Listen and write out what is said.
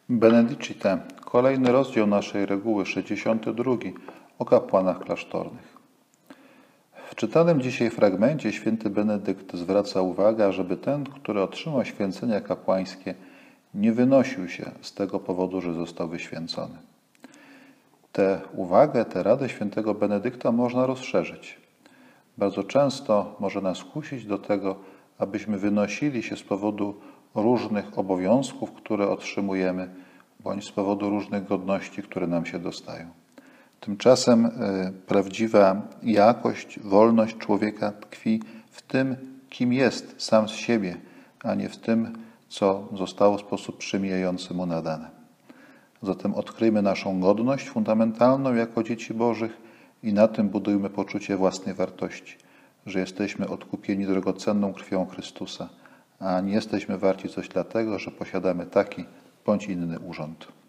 Benedicite, kolejny rozdział naszej reguły, 62, o kapłanach klasztornych. W czytanym dzisiaj fragmencie święty Benedykt zwraca uwagę, żeby ten, który otrzymał święcenia kapłańskie, nie wynosił się z tego powodu, że został wyświęcony. Tę uwagę, tę radę świętego Benedykta można rozszerzyć. Bardzo często może nas kusić do tego, abyśmy wynosili się z powodu różnych obowiązków, które otrzymujemy, bądź z powodu różnych godności, które nam się dostają. Tymczasem prawdziwa jakość, wolność człowieka tkwi w tym, kim jest sam z siebie, a nie w tym, co zostało w sposób przymijający mu nadane. Zatem odkryjmy naszą godność fundamentalną jako dzieci Bożych i na tym budujmy poczucie własnej wartości, że jesteśmy odkupieni drogocenną krwią Chrystusa, a nie jesteśmy warci coś dlatego, że posiadamy taki bądź inny urząd.